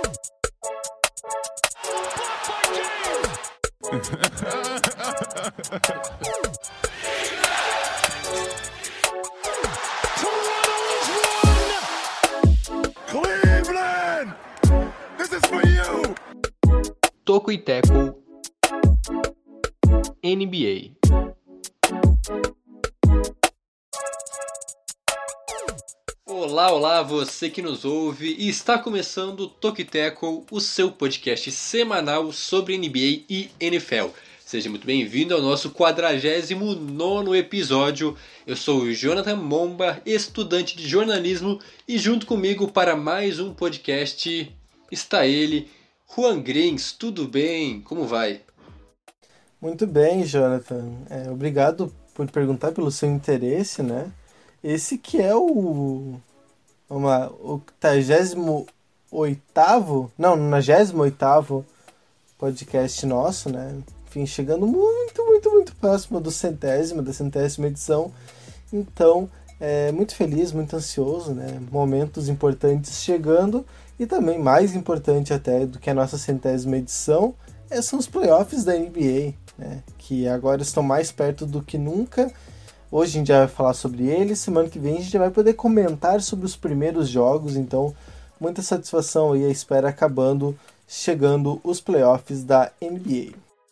Cleveland, this is for you. Toco e Teco NBA. Olá, você que nos ouve, e está começando o Toco e Teco, o seu podcast semanal sobre NBA e NFL. Seja muito bem-vindo ao nosso 49º episódio. Eu sou o Jonathan Momba, estudante de jornalismo, e junto comigo para mais um podcast está ele, Juan Grings. Tudo bem? Como vai? Muito bem, Jonathan. Obrigado por perguntar, pelo seu interesse, né? Esse que é o 98º podcast nosso, né? Enfim, chegando muito próximo da centésima edição. Então, muito feliz, muito ansioso, né? Momentos importantes chegando, e também mais importante até do que a nossa 100ª edição são os playoffs da NBA, né? Que agora estão mais perto do que nunca. Hoje a gente já vai falar sobre eles, semana que vem a gente já vai poder comentar sobre os primeiros jogos, então muita satisfação aí, a espera acabando, chegando os playoffs da NBA.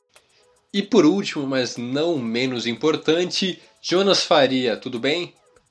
E por último, mas não menos importante, Jonas Faria, tudo bem?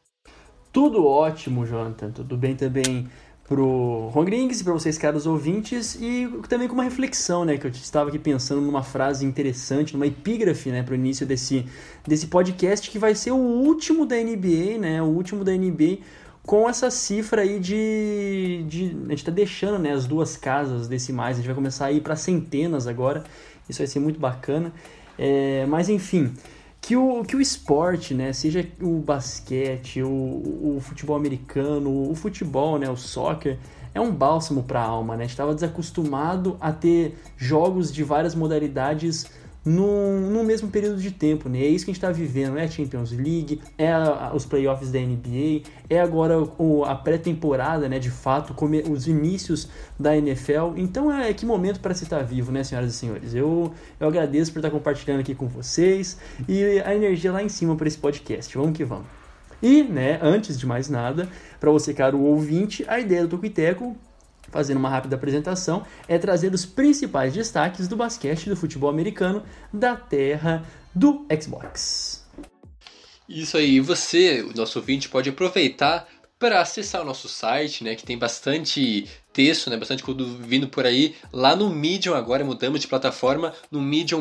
Tudo ótimo, Jonathan, tudo bem também pro Juan Grings e para vocês, caros ouvintes, e também com uma reflexão, né, que eu estava aqui pensando numa frase interessante, numa epígrafe, né, pro início desse podcast, que vai ser o último da NBA, né, o último da NBA com essa cifra aí de a gente tá deixando, né, as duas casas decimais, a gente vai começar a ir para centenas agora, isso vai ser muito bacana, mas enfim, que o esporte, né, seja o basquete, o futebol americano, o futebol, né, o soccer, é um bálsamo para a alma, né? A gente estava desacostumado a ter jogos de várias modalidades no mesmo período de tempo, né? É isso que a gente está vivendo, é a Champions League, os playoffs da NBA, agora a pré-temporada, né, de fato, os inícios da NFL. Então que momento para se estar vivo, né, senhoras e senhores? Eu agradeço por estar compartilhando aqui com vocês e a energia lá em cima para esse podcast. Vamos que vamos. E, né, antes de mais nada, para você, caro ouvinte, a ideia do Toco e Teco, fazendo uma rápida apresentação, é trazer os principais destaques do basquete e do futebol americano da terra do Xbox. Isso aí, você, o nosso ouvinte, pode aproveitar para acessar o nosso site, né, que tem bastante texto, né, bastante conteúdo vindo por aí, lá no Medium. Agora mudamos de plataforma, no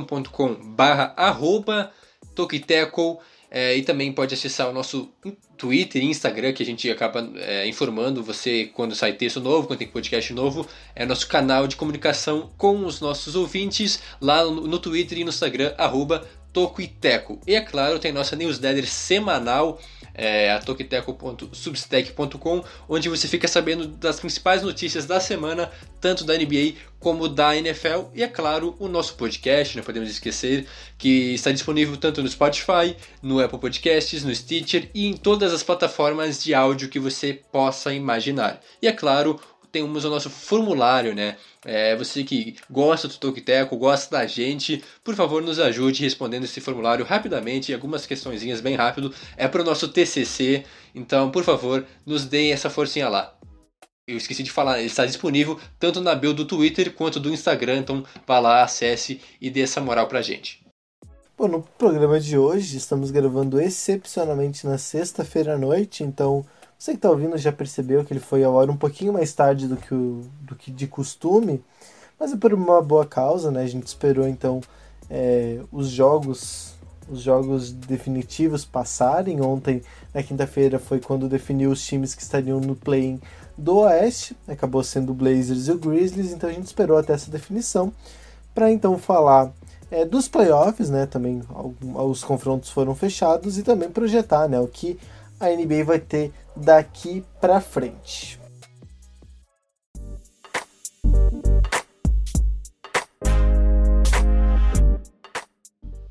medium.com/tocoiteco. E também pode acessar o nosso Twitter e Instagram, que a gente acaba informando você quando sai texto novo, quando tem podcast novo. É nosso canal de comunicação com os nossos ouvintes lá no Twitter e no Instagram, @tocoiteco. E é claro, tem nossa newsletter semanal, a tocoiteco.substack.com, onde você fica sabendo das principais notícias da semana, tanto da NBA como da NFL. E é claro, o nosso podcast, não podemos esquecer, que está disponível tanto no Spotify, no Apple Podcasts, no Stitcher e em todas as plataformas de áudio que você possa imaginar. E é claro, temos o nosso formulário, né? Você que gosta do Toco e Teco, gosta da gente, por favor nos ajude respondendo esse formulário rapidamente, algumas questõezinhas bem rápido, para o nosso TCC, então por favor nos deem essa forcinha lá. Eu esqueci de falar, ele está disponível tanto na bio do Twitter quanto do Instagram, então vá lá, acesse e dê essa moral pra gente. Bom, no programa de hoje estamos gravando excepcionalmente na sexta-feira à noite, então você que está ouvindo já percebeu que ele foi ao ar um pouquinho mais tarde do que de costume, mas é por uma boa causa, né? A gente esperou então os jogos definitivos passarem. Ontem, na quinta-feira, foi quando definiu os times que estariam no play-in do Oeste, acabou sendo o Blazers e o Grizzlies, então a gente esperou até essa definição para então falar dos playoffs, né? Também os confrontos foram fechados, e também projetar, né, o que a NBA vai ter daqui para frente.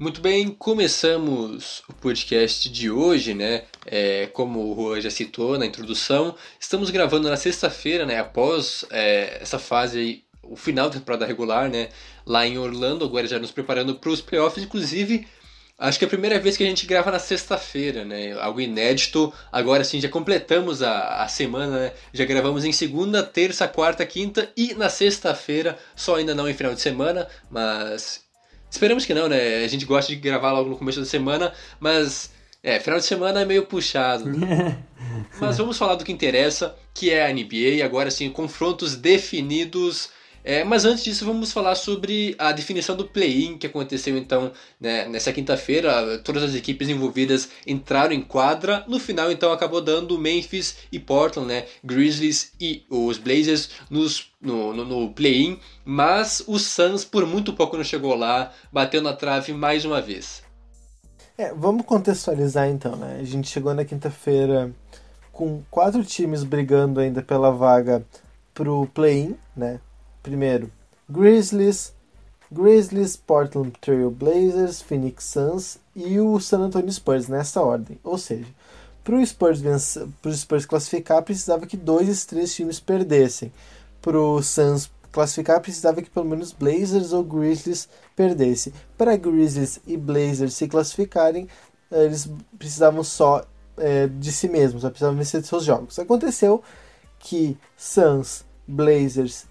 Muito bem, começamos o podcast de hoje, né? Como o Juan já citou na introdução, estamos gravando na sexta-feira, né? Após essa fase aí, o final da temporada regular, né? Lá em Orlando, agora já nos preparando para os playoffs, inclusive. Acho que é a primeira vez que a gente grava na sexta-feira, né? Algo inédito. Agora sim, já completamos a semana, né? Já gravamos em segunda, terça, quarta, quinta e na sexta-feira. Só ainda não em final de semana, mas esperamos que não, né? A gente gosta de gravar logo no começo da semana, mas final de semana é meio puxado. Mas vamos falar do que interessa, que é a NBA. Agora sim, confrontos definidos. Mas antes disso, vamos falar sobre a definição do play-in que aconteceu então, né, nessa quinta-feira. Todas as equipes envolvidas entraram em quadra. No final, então, acabou dando Memphis e Portland, né, Grizzlies e os Blazers no play-in. Mas o Suns, por muito pouco, não chegou lá, bateu na trave mais uma vez. Vamos contextualizar então, né? A gente chegou na quinta-feira com 4 times brigando ainda pela vaga pro play-in, né? Primeiro, Grizzlies, Portland Trail Blazers, Phoenix Suns e o San Antonio Spurs, nessa ordem. Ou seja, para o Spurs classificar, precisava que 2 desses 3 times perdessem. Para o Suns classificar, precisava que pelo menos Blazers ou Grizzlies perdessem. Para Grizzlies e Blazers se classificarem, eles precisavam só de si mesmos, precisavam vencer de seus jogos. Aconteceu que Suns, Blazers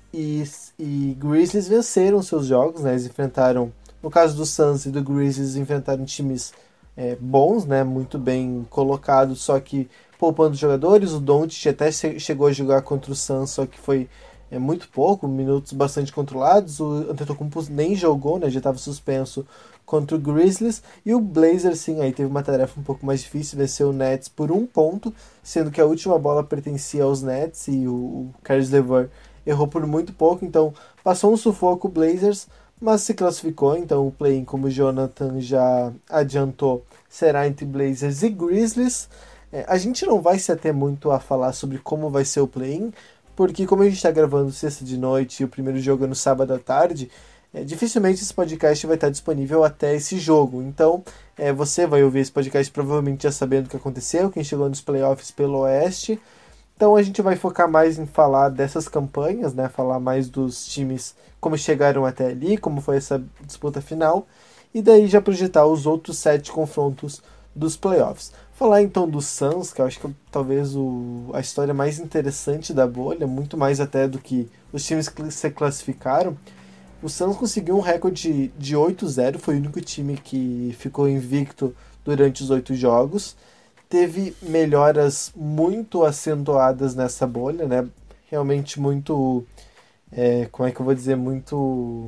e Grizzlies venceram seus jogos, né? Eles enfrentaram, no caso do Suns e do Grizzlies, enfrentaram times bons, né? Muito bem colocados, só que poupando jogadores. O Doncic até chegou a jogar contra o Suns, só que foi muito pouco, minutos bastante controlados. O Antetokounmpo nem jogou, né? Já estava suspenso contra o Grizzlies. E o Blazers, sim, aí teve uma tarefa um pouco mais difícil, venceu o Nets por 1 ponto, sendo que a última bola pertencia aos Nets e o Caris LeVert errou por muito pouco, então passou um sufoco o Blazers, mas se classificou. Então o play-in, como o Jonathan já adiantou, será entre Blazers e Grizzlies. A gente não vai se ater muito a falar sobre como vai ser o play-in, porque como a gente está gravando sexta de noite e o primeiro jogo é no sábado à tarde, dificilmente esse podcast vai estar disponível até esse jogo. Então você vai ouvir esse podcast provavelmente já sabendo o que aconteceu, quem chegou nos playoffs pelo Oeste. Então a gente vai focar mais em falar dessas campanhas, né? Falar mais dos times, como chegaram até ali, como foi essa disputa final, e daí já projetar os outros 7 confrontos dos playoffs. Falar então do Suns, que eu acho que talvez a história mais interessante da bolha, muito mais até do que os times que se classificaram. O Suns conseguiu um recorde de 8-0, foi o único time que ficou invicto durante os 8 jogos. Teve melhoras muito acentuadas nessa bolha, né? Realmente muito, como é que eu vou dizer, muito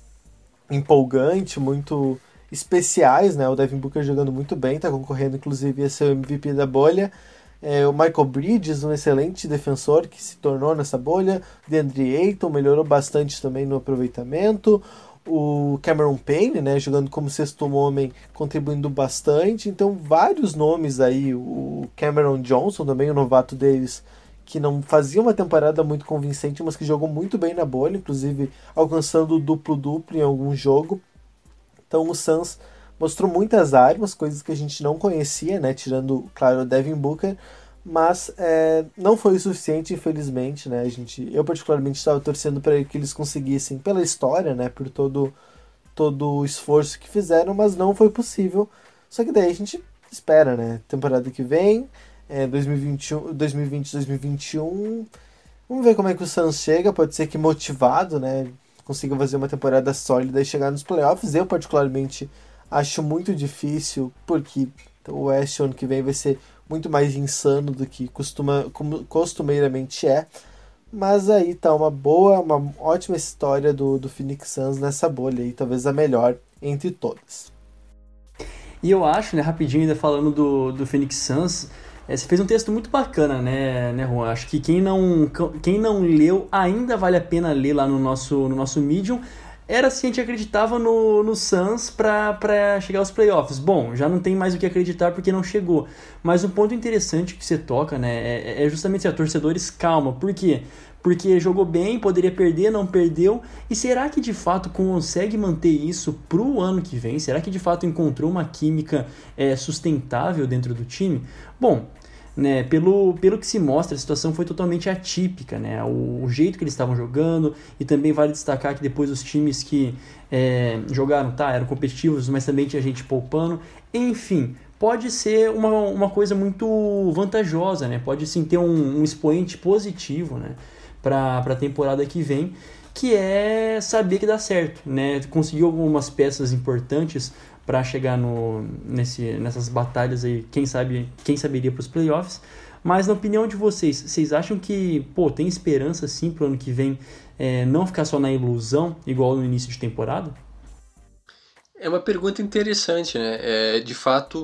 empolgante, muito especiais, né? O Devin Booker jogando muito bem, tá concorrendo inclusive a ser o MVP da bolha. O Michael Bridges, um excelente defensor que se tornou nessa bolha. DeAndre Ayton melhorou bastante também no aproveitamento. O Cameron Payne, né, jogando como sexto homem, contribuindo bastante. Então vários nomes aí, o Cameron Johnson também, o novato deles, que não fazia uma temporada muito convincente, mas que jogou muito bem na bolha, inclusive alcançando o duplo-duplo em algum jogo. Então o Suns mostrou muitas armas, coisas que a gente não conhecia, né, tirando, claro, o Devin Booker, mas não foi o suficiente, infelizmente, né? Eu particularmente estava torcendo para que eles conseguissem, pela história, né, por todo o esforço que fizeram, mas não foi possível. Só que daí a gente espera, né? Temporada que vem, 2020, 2021, vamos ver como é que o Suns chega. Pode ser que motivado, né, consiga fazer uma temporada sólida e chegar nos playoffs. Eu particularmente acho muito difícil, porque o West ano que vem vai ser muito mais insano do que costumeiramente é. Mas aí tá uma ótima história do Phoenix Suns nessa bolha aí, talvez a melhor entre todas. E eu acho, né, rapidinho ainda falando do Phoenix Suns, você fez um texto muito bacana, né, Juan? Acho que quem não leu, ainda vale a pena ler lá no nosso Medium. Era assim, a gente acreditava no Suns para chegar aos playoffs. Bom, já não tem mais o que acreditar porque não chegou. Mas um ponto interessante que você toca, né, é justamente torcedores, calma. Por quê? porque jogou bem, poderia perder, não perdeu. E será que de fato consegue manter isso pro ano que vem? Será que de fato encontrou uma química sustentável dentro do time? Bom, né, pelo que se mostra, a situação foi totalmente atípica, né? O jeito que eles estavam jogando, e também vale destacar que depois os times que jogaram, eram competitivos, mas também tinha gente poupando. Enfim, pode ser uma coisa muito vantajosa, né? Pode sim ter um expoente positivo, né, para a temporada que vem, que é saber que dá certo, né? Conseguiu algumas peças importantes para chegar nessas batalhas aí, quem saberia para os playoffs. Mas na opinião de vocês acham que tem esperança sim para o ano que vem não ficar só na ilusão, igual no início de temporada? É uma pergunta interessante, né? De fato,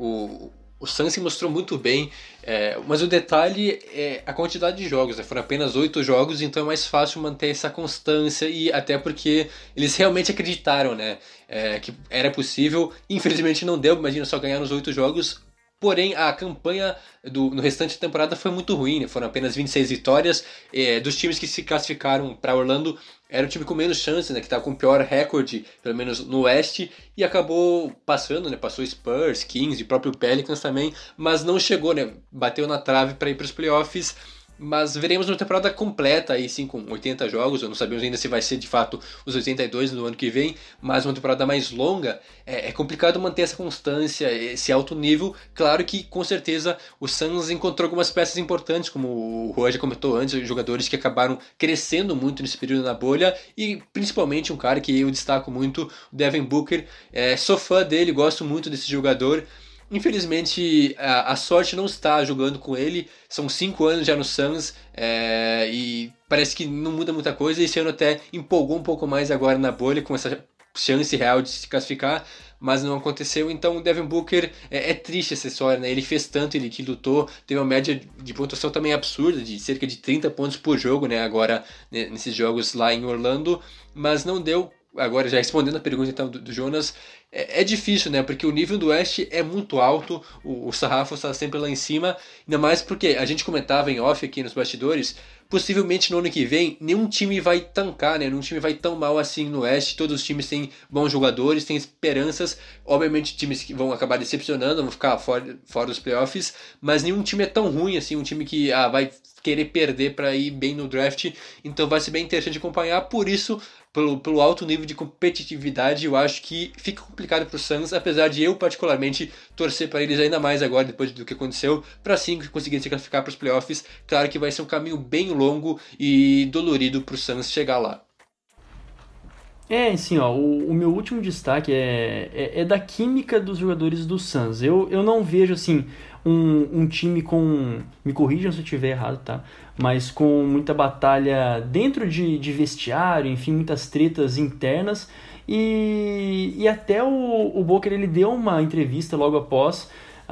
o Suns se mostrou muito bem, mas o detalhe é a quantidade de jogos, né? Foram apenas 8 jogos, então é mais fácil manter essa constância, e até porque eles realmente acreditaram, né? Que era possível. Infelizmente não deu, imagina só ganhar nos 8 jogos. Porém, a campanha no restante da temporada foi muito ruim, né? Foram apenas 26 vitórias. Dos times que se classificaram para Orlando, era o time com menos chances, né? Que estava com o pior recorde, pelo menos no Oeste, e acabou passando, né? Passou Spurs, Kings e próprio Pelicans também, mas não chegou, né? Bateu na trave para ir para os playoffs. Mas veremos uma temporada completa aí sim, com 80 jogos. Eu não sabemos ainda se vai ser de fato os 82 no ano que vem, mas uma temporada mais longa. É complicado manter essa constância, esse alto nível. Claro que com certeza o Suns encontrou algumas peças importantes, como o Juan já comentou antes, jogadores que acabaram crescendo muito nesse período na bolha, e principalmente um cara que eu destaco muito, o Devin Booker. Sou fã dele, gosto muito desse jogador. Infelizmente, a sorte não está jogando com ele. São 5 anos já no Suns, e parece que não muda muita coisa. Esse ano até empolgou um pouco mais agora na bolha, com essa chance real de se classificar, mas não aconteceu. Então o Devin Booker, é triste essa história, né? Ele fez tanto, ele que lutou, teve uma média de pontuação também absurda, de cerca de 30 pontos por jogo, né? Agora, nesses jogos lá em Orlando, mas não deu. Agora, já respondendo a pergunta então do Jonas, é difícil, né? Porque o nível do Oeste é muito alto, o sarrafo está sempre lá em cima, ainda mais porque a gente comentava em off aqui nos bastidores, possivelmente no ano que vem nenhum time vai tancar, né? Nenhum time vai tão mal assim no Oeste. Todos os times têm bons jogadores, têm esperanças. Obviamente times que vão acabar decepcionando, vão ficar fora dos playoffs, mas nenhum time é tão ruim assim, um time que vai querer perder para ir bem no draft. Então vai ser bem interessante acompanhar. Por isso, pelo alto nível de competitividade, eu acho que fica complicado para o Suns, apesar de eu particularmente torcer para eles ainda mais agora, depois do que aconteceu, para sim conseguirem se classificar para os playoffs. Claro que vai ser um caminho bem longo e dolorido para o Suns chegar lá. Assim, o meu último destaque é da química dos jogadores do Suns. Eu não vejo, assim, um time com... Me corrijam se eu estiver errado, tá? Mas com muita batalha dentro de vestiário, enfim, muitas tretas internas. E até o Booker, ele deu uma entrevista logo após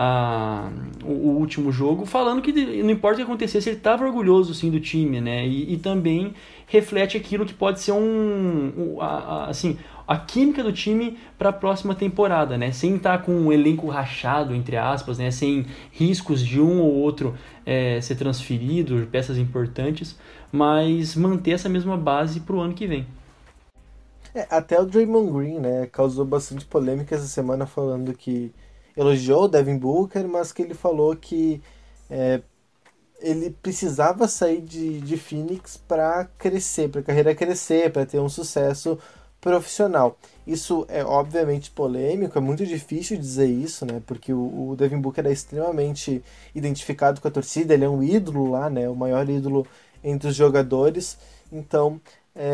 o último jogo, falando que não importa o que acontecesse, ele estava orgulhoso sim do time, né? E também reflete aquilo que pode ser assim, a química do time para a próxima temporada, né? Sem estar com um elenco rachado, entre aspas, né? Sem riscos de um ou outro ser transferido, peças importantes, mas manter essa mesma base para o ano que vem. Até o Draymond Green, né, causou bastante polêmica essa semana, falando que elogiou o Devin Booker, mas que ele falou que ele precisava sair de Phoenix para crescer, para a carreira crescer, para ter um sucesso profissional. Isso é obviamente polêmico, é muito difícil dizer isso, né? Porque o Devin Booker é extremamente identificado com a torcida, ele é um ídolo lá, né? O maior ídolo entre os jogadores. Então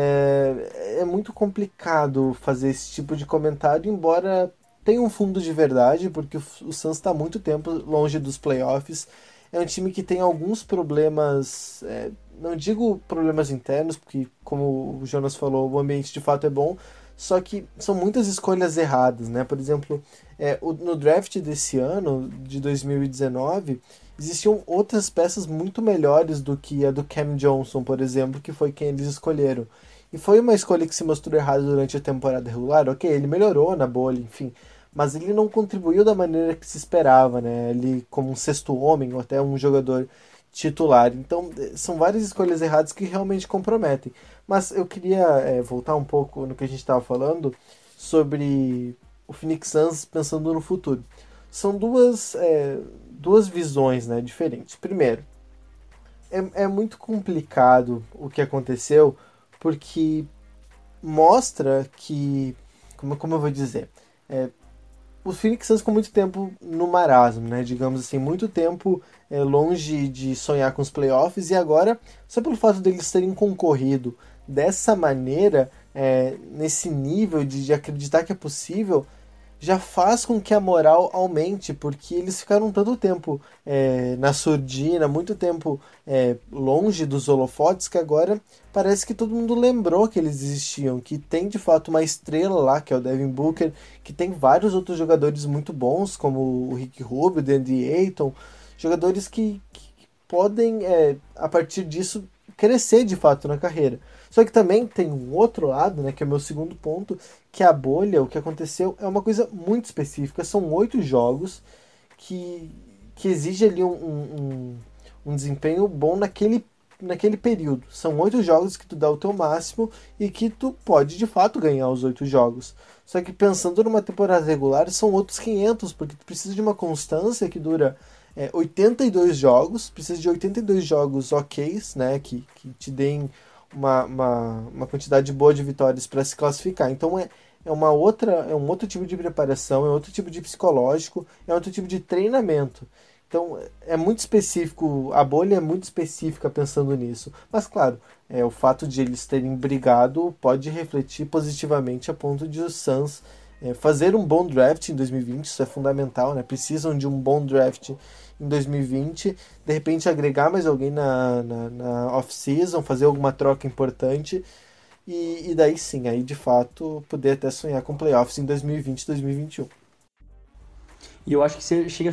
é muito complicado fazer esse tipo de comentário, embora tenha um fundo de verdade, porque o Suns está há muito tempo longe dos playoffs. É um time que tem alguns problemas, não digo problemas internos, porque como o Jonas falou, o ambiente de fato é bom, só que são muitas escolhas erradas, né? Por exemplo, no draft desse ano, de 2019, existiam outras peças muito melhores do que a do Cam Johnson, por exemplo, que foi quem eles escolheram. E foi uma escolha que se mostrou errada durante a temporada regular, ok, ele melhorou na bolha, enfim, mas ele não contribuiu da maneira que se esperava, né? Ele, como um sexto homem, ou até um jogador titular. Então, são várias escolhas erradas que realmente comprometem. Mas eu queria voltar um pouco no que a gente estava falando sobre o Phoenix Suns pensando no futuro. São duas visões, né, diferentes. Primeiro, é muito complicado o que aconteceu, porque mostra que, como eu vou dizer, o Phoenix Suns ficou muito tempo no marasmo, né? Digamos assim, muito tempo longe de sonhar com os playoffs, e agora, só pelo fato deles terem concorrido dessa maneira, nesse nível de acreditar que é possível, já faz com que a moral aumente, porque eles ficaram tanto tempo na surdina, muito tempo longe dos holofotes, que agora parece que todo mundo lembrou que eles existiam, que tem de fato uma estrela lá, que é o Devin Booker, que tem vários outros jogadores muito bons, como o Ricky Rubio, o DeAndre Ayton, jogadores que podem, a partir disso, crescer de fato na carreira. Só que também tem um outro lado, né, que é o meu segundo ponto, que a bolha, o que aconteceu, é uma coisa muito específica. São 8 jogos que exige ali um desempenho bom naquele período. São 8 jogos que tu dá o teu máximo e que tu pode, de fato, ganhar os 8 jogos. Só que pensando numa temporada regular, são outros 500, porque tu precisa de uma constância que dura 82 jogos, precisa de 82 jogos ok's, né, que te deem uma quantidade boa de vitórias para se classificar. Então é um outro tipo de preparação, é outro tipo de psicológico, é outro tipo de treinamento. Então é muito específico, a bolha é muito específica pensando nisso. Mas claro, o fato de eles terem brigado pode refletir positivamente a ponto de os Suns fazer um bom draft em 2020, isso é fundamental, né? Precisam de um bom draft em 2020, de repente agregar mais alguém na off-season, fazer alguma troca importante, e daí sim, aí de fato poder até sonhar com playoffs em 2020 e 2021. E eu acho que chega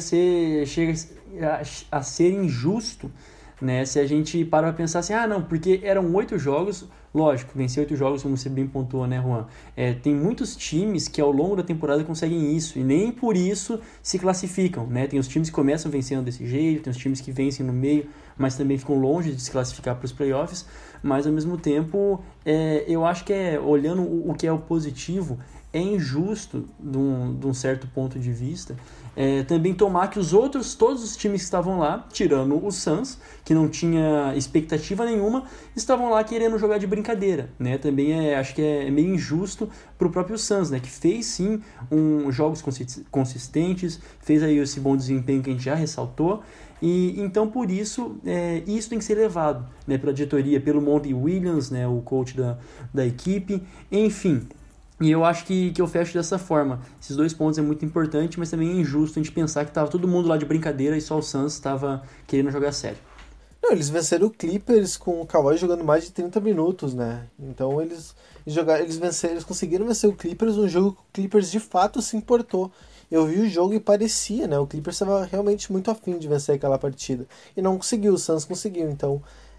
a ser injusto, né, se a gente para pensar assim, não, porque eram 8 jogos, lógico, vencer 8 jogos, como você bem pontuou, né, Juan? Tem muitos times que ao longo da temporada conseguem isso, e nem por isso se classificam, né? Tem os times que começam vencendo desse jeito, tem os times que vencem no meio, mas também ficam longe de se classificar para os playoffs, mas ao mesmo tempo, eu acho que olhando o que é o positivo, é injusto de um certo ponto de vista, também tomar que todos os times que estavam lá, tirando o Suns, que não tinha expectativa nenhuma, estavam lá querendo jogar de brincadeira, né? Também acho que é meio injusto para o próprio Suns, né? Que fez sim jogos consistentes, fez aí esse bom desempenho que a gente já ressaltou, e então por isso isso tem que ser levado, né, pela diretoria, pelo Monty Williams, né, o coach da equipe, enfim. E eu acho que eu fecho dessa forma. Esses 2 pontos é muito importante, mas também é injusto a gente pensar que estava todo mundo lá de brincadeira e só o Suns estava querendo jogar sério. Não, eles venceram o Clippers com o Kawhi jogando mais de 30 minutos, né? Então eles conseguiram vencer o Clippers, um jogo que o Clippers de fato se importou. Eu vi o jogo e parecia, né? O Clippers estava realmente muito afim de vencer aquela partida. E não conseguiu, o Suns conseguiu. Então,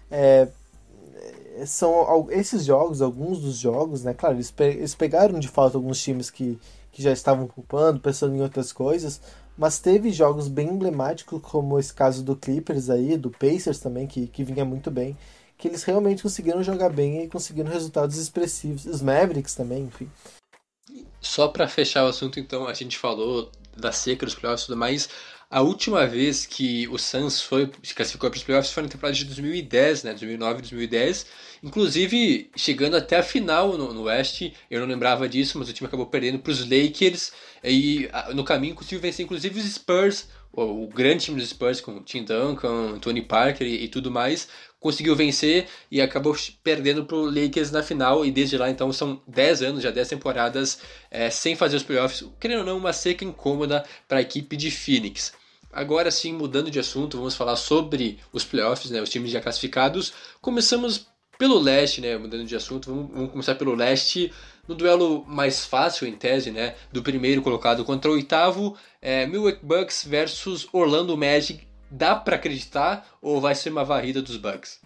são esses jogos, alguns dos jogos, né? Claro, eles pegaram de fato alguns times que já estavam ocupando, pensando em outras coisas, mas teve jogos bem emblemáticos, como esse caso do Clippers aí, do Pacers também, que vinha muito bem, que eles realmente conseguiram jogar bem e conseguiram resultados expressivos. Os Mavericks também, enfim. Só para fechar o assunto, então, a gente falou da seca dos playoffs e tudo mais. A última vez que o Suns se classificou para os playoffs foi na temporada de 2010, né? 2009 e 2010. Inclusive, chegando até a final no Oeste. Eu não lembrava disso, mas o time acabou perdendo para os Lakers. E no caminho conseguiu vencer, inclusive, os Spurs. O grande time dos Spurs, com Tim Duncan, Tony Parker e tudo mais. Conseguiu vencer e acabou perdendo para o Lakers na final. E desde lá, então, são 10 anos, já 10 temporadas sem fazer os playoffs. Querendo ou não, uma seca incômoda para a equipe de Phoenix. Agora sim, mudando de assunto, vamos falar sobre os playoffs, né, os times já classificados. Começamos pelo leste, né, mudando de assunto, vamos começar pelo leste, no duelo mais fácil, em tese, né, do primeiro colocado contra o oitavo, Milwaukee Bucks versus Orlando Magic. Dá para acreditar ou vai ser uma varrida dos Bucks?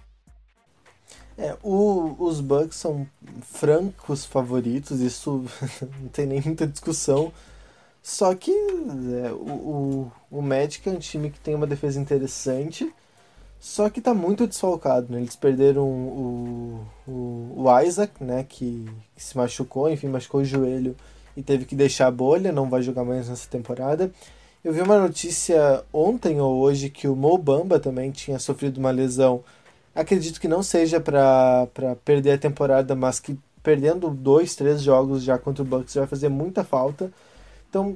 Os Bucks são francos favoritos, isso não tem nem muita discussão. Só que o Magic é um time que tem uma defesa interessante, Só que tá muito desfalcado, né? Eles perderam o Isaac, né? Que se machucou, enfim, machucou o joelho e teve que deixar a bolha, não vai jogar mais nessa temporada. Eu vi uma notícia ontem ou hoje que o Mo Bamba também tinha sofrido uma lesão. Acredito que não seja para perder a temporada, mas que perdendo 2, 3 jogos já contra o Bucks vai fazer muita falta. Então,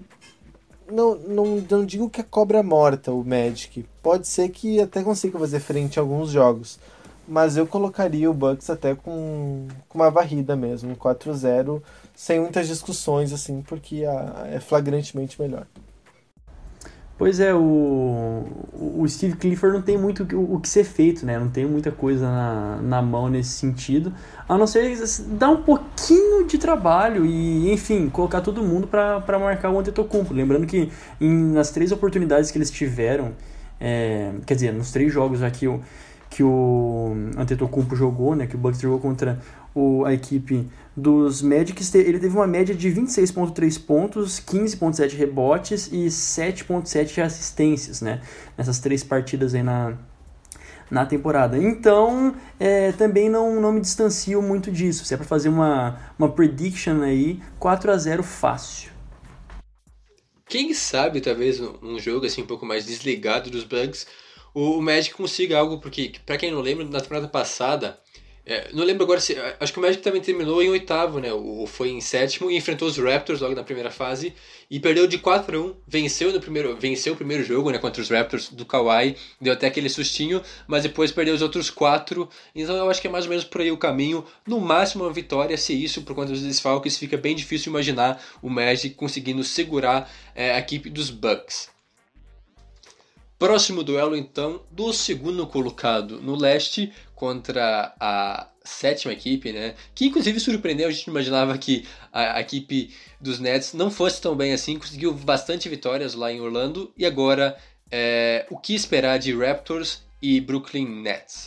não digo que é cobra morta o Magic. Pode ser que até consiga fazer frente a alguns jogos. Mas eu colocaria o Bucks até com uma varrida mesmo, um 4-0, sem muitas discussões, assim, porque é flagrantemente melhor. Pois é, o Steve Clifford não tem muito o que ser feito, né? Não tem muita coisa na mão nesse sentido, a não ser dar um pouquinho de trabalho e, enfim, colocar todo mundo para marcar o Antetokounmpo. Lembrando que nas 3 oportunidades que eles tiveram, quer dizer, nos 3 jogos já que o Antetokounmpo jogou, né? Que o Bucks jogou contra a equipe dos Magic, ele teve uma média de 26,3 pontos, 15,7 rebotes e 7,7 assistências, né? Nessas 3 partidas aí na temporada. Então, também não me distancio muito disso. Se é para fazer uma prediction aí, 4-0 fácil. Quem sabe, talvez, um jogo assim um pouco mais desligado dos Bucks, o Magic consiga algo, porque, pra quem não lembra, na temporada passada, não lembro agora se. Acho que o Magic também terminou em 8º, né? Ou foi em 7º e enfrentou os Raptors logo na primeira fase e perdeu de 4-1. Venceu o primeiro jogo, né? Contra os Raptors do Kawhi, deu até aquele sustinho, mas depois perdeu os outros 4. Então eu acho que é mais ou menos por aí o caminho. No máximo uma vitória, se isso, por conta dos desfalques, fica bem difícil imaginar o Magic conseguindo segurar a equipe dos Bucks. Próximo duelo, então, do segundo colocado no leste contra a 7ª equipe, né? Que inclusive surpreendeu, a gente imaginava que a equipe dos Nets não fosse tão bem assim, conseguiu bastante vitórias lá em Orlando, e agora o que esperar de Raptors e Brooklyn Nets?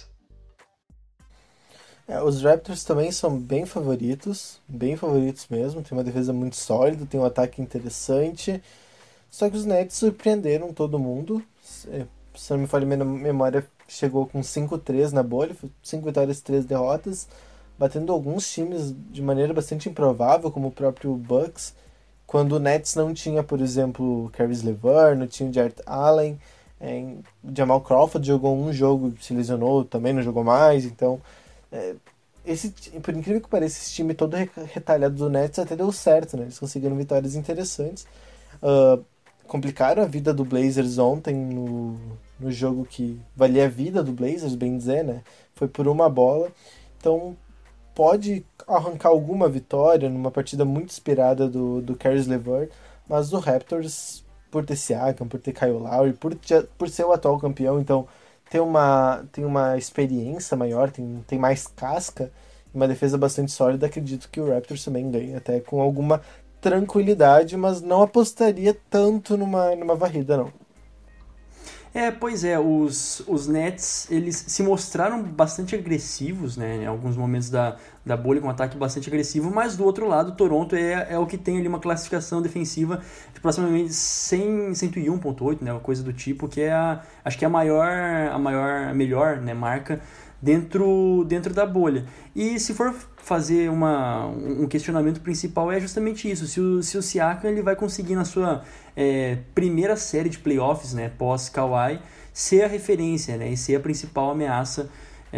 Os Raptors também são bem favoritos mesmo, tem uma defesa muito sólida, tem um ataque interessante, só que os Nets surpreenderam todo mundo. Se não me falha a memória, chegou com 5-3 na bolha, 5 vitórias e 3 derrotas, batendo alguns times de maneira bastante improvável, como o próprio Bucks, quando o Nets não tinha, por exemplo, Caris LeVert, não tinha o Jarrett Allen, Jamal Crawford jogou um jogo, se lesionou, também não jogou mais, então por incrível que pareça, esse time todo retalhado do Nets até deu certo, né? Eles conseguiram vitórias interessantes. Complicaram a vida do Blazers ontem no jogo que valia a vida do Blazers, bem dizer, né? Foi por uma bola. Então pode arrancar alguma vitória numa partida muito inspirada do Caris LeVert, mas o Raptors, por ter Siakam, por ter Kyle Lowry, por ser o atual campeão, então tem uma experiência maior, tem mais casca, uma defesa bastante sólida. Acredito que o Raptors também ganha, até com alguma tranquilidade, mas não apostaria tanto numa varrida, não. Pois é, os Nets, eles se mostraram bastante agressivos, né, em alguns momentos da bolha, com um ataque bastante agressivo, mas do outro lado, Toronto é o que tem ali uma classificação defensiva de aproximadamente 101,8, né, uma coisa do tipo, que acho que é a melhor, né, marca dentro da bolha. E se for fazer um questionamento principal, é justamente isso, se o Siakam ele vai conseguir na sua primeira série de playoffs, né, pós-Kawhi, ser a referência, né, e ser a principal ameaça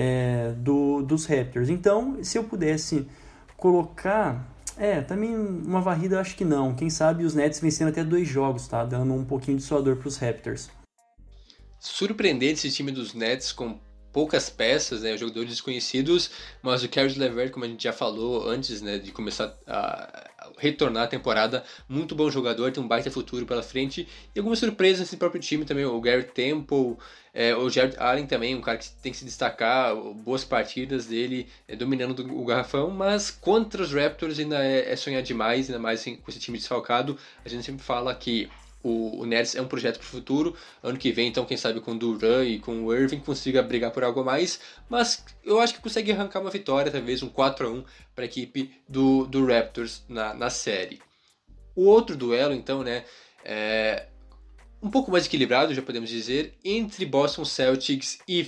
dos Raptors. Então, se eu pudesse colocar, também uma varrida, acho que não. Quem sabe os Nets vencendo até 2 jogos, tá? Dando um pouquinho de suador para os Raptors. Surpreendente esse time dos Nets com poucas peças, né, jogadores desconhecidos, mas o Caris LeVert, como a gente já falou antes, né, de começar a retornar a temporada, muito bom jogador, tem um baita futuro pela frente, e algumas surpresas nesse próprio time também, o Garrett Temple, o Jarrett Allen também, um cara que tem que se destacar, boas partidas dele, dominando o garrafão, mas contra os Raptors ainda é sonhar demais, ainda mais com esse time desfalcado. A gente sempre fala que o Nets é um projeto para o futuro. Ano que vem, então, quem sabe com o Durant e com o Irving consiga brigar por algo a mais. Mas eu acho que consegue arrancar uma vitória, talvez um 4-1 para a equipe do Raptors na série. O outro duelo, então, né, um pouco mais equilibrado, já podemos dizer, entre Boston Celtics e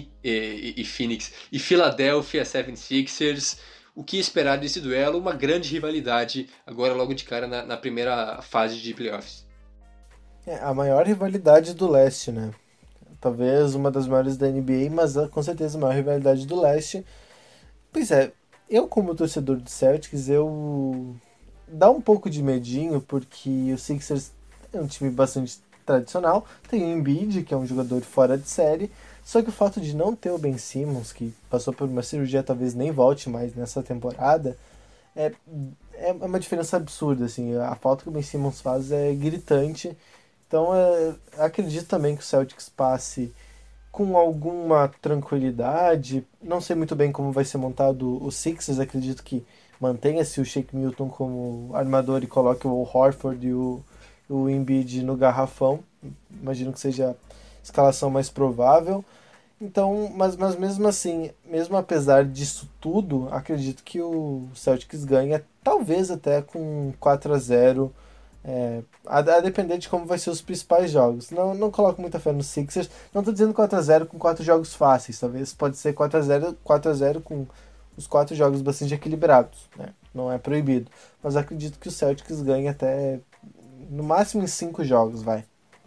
Philadelphia 76ers. O que esperar desse duelo? Uma grande rivalidade, agora logo de cara na primeira fase de playoffs. A maior rivalidade do leste, né? Talvez uma das maiores da NBA, mas com certeza a maior rivalidade do leste. Pois é, eu como torcedor do Celtics, dá um pouco de medinho, porque o Sixers é um time bastante tradicional, tem o Embiid, que é um jogador fora de série, só que o fato de não ter o Ben Simmons, que passou por uma cirurgia, talvez nem volte mais nessa temporada, é uma diferença absurda, assim, a falta que o Ben Simmons faz é gritante. Então acredito também que o Celtics passe com alguma tranquilidade. Não sei muito bem como vai ser montado o Sixers, acredito que mantenha-se o Shake Milton como armador e coloque o Horford e o Embiid no garrafão. Imagino que seja a escalação mais provável. Então, mas mesmo assim, mesmo apesar disso tudo, acredito que o Celtics ganha, talvez até com 4-0, a depender de como vai ser os principais jogos. Não coloco muita fé no Sixers. Não estou dizendo 4-0 com 4 jogos fáceis. Talvez pode ser 4-0 com os 4 jogos bastante equilibrados, né? Não é proibido. Mas acredito que o Celtics ganha até no máximo em 5 jogos, vai.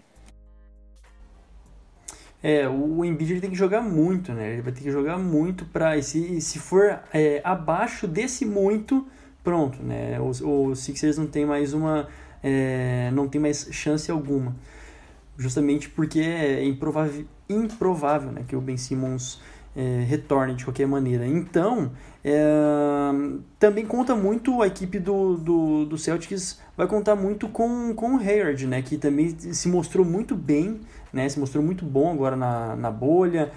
O Embiid ele tem que jogar muito, né? Ele vai ter que jogar muito para se for abaixo desse muito, pronto, né? Os Sixers não tem mais não tem mais chance alguma. Justamente porque é improvável, né, que o Ben Simmons retorne de qualquer maneira. Então, também conta muito, a equipe do Celtics vai contar muito com o Hayward, né, que também se mostrou muito bem, né, se mostrou muito bom agora na bolha.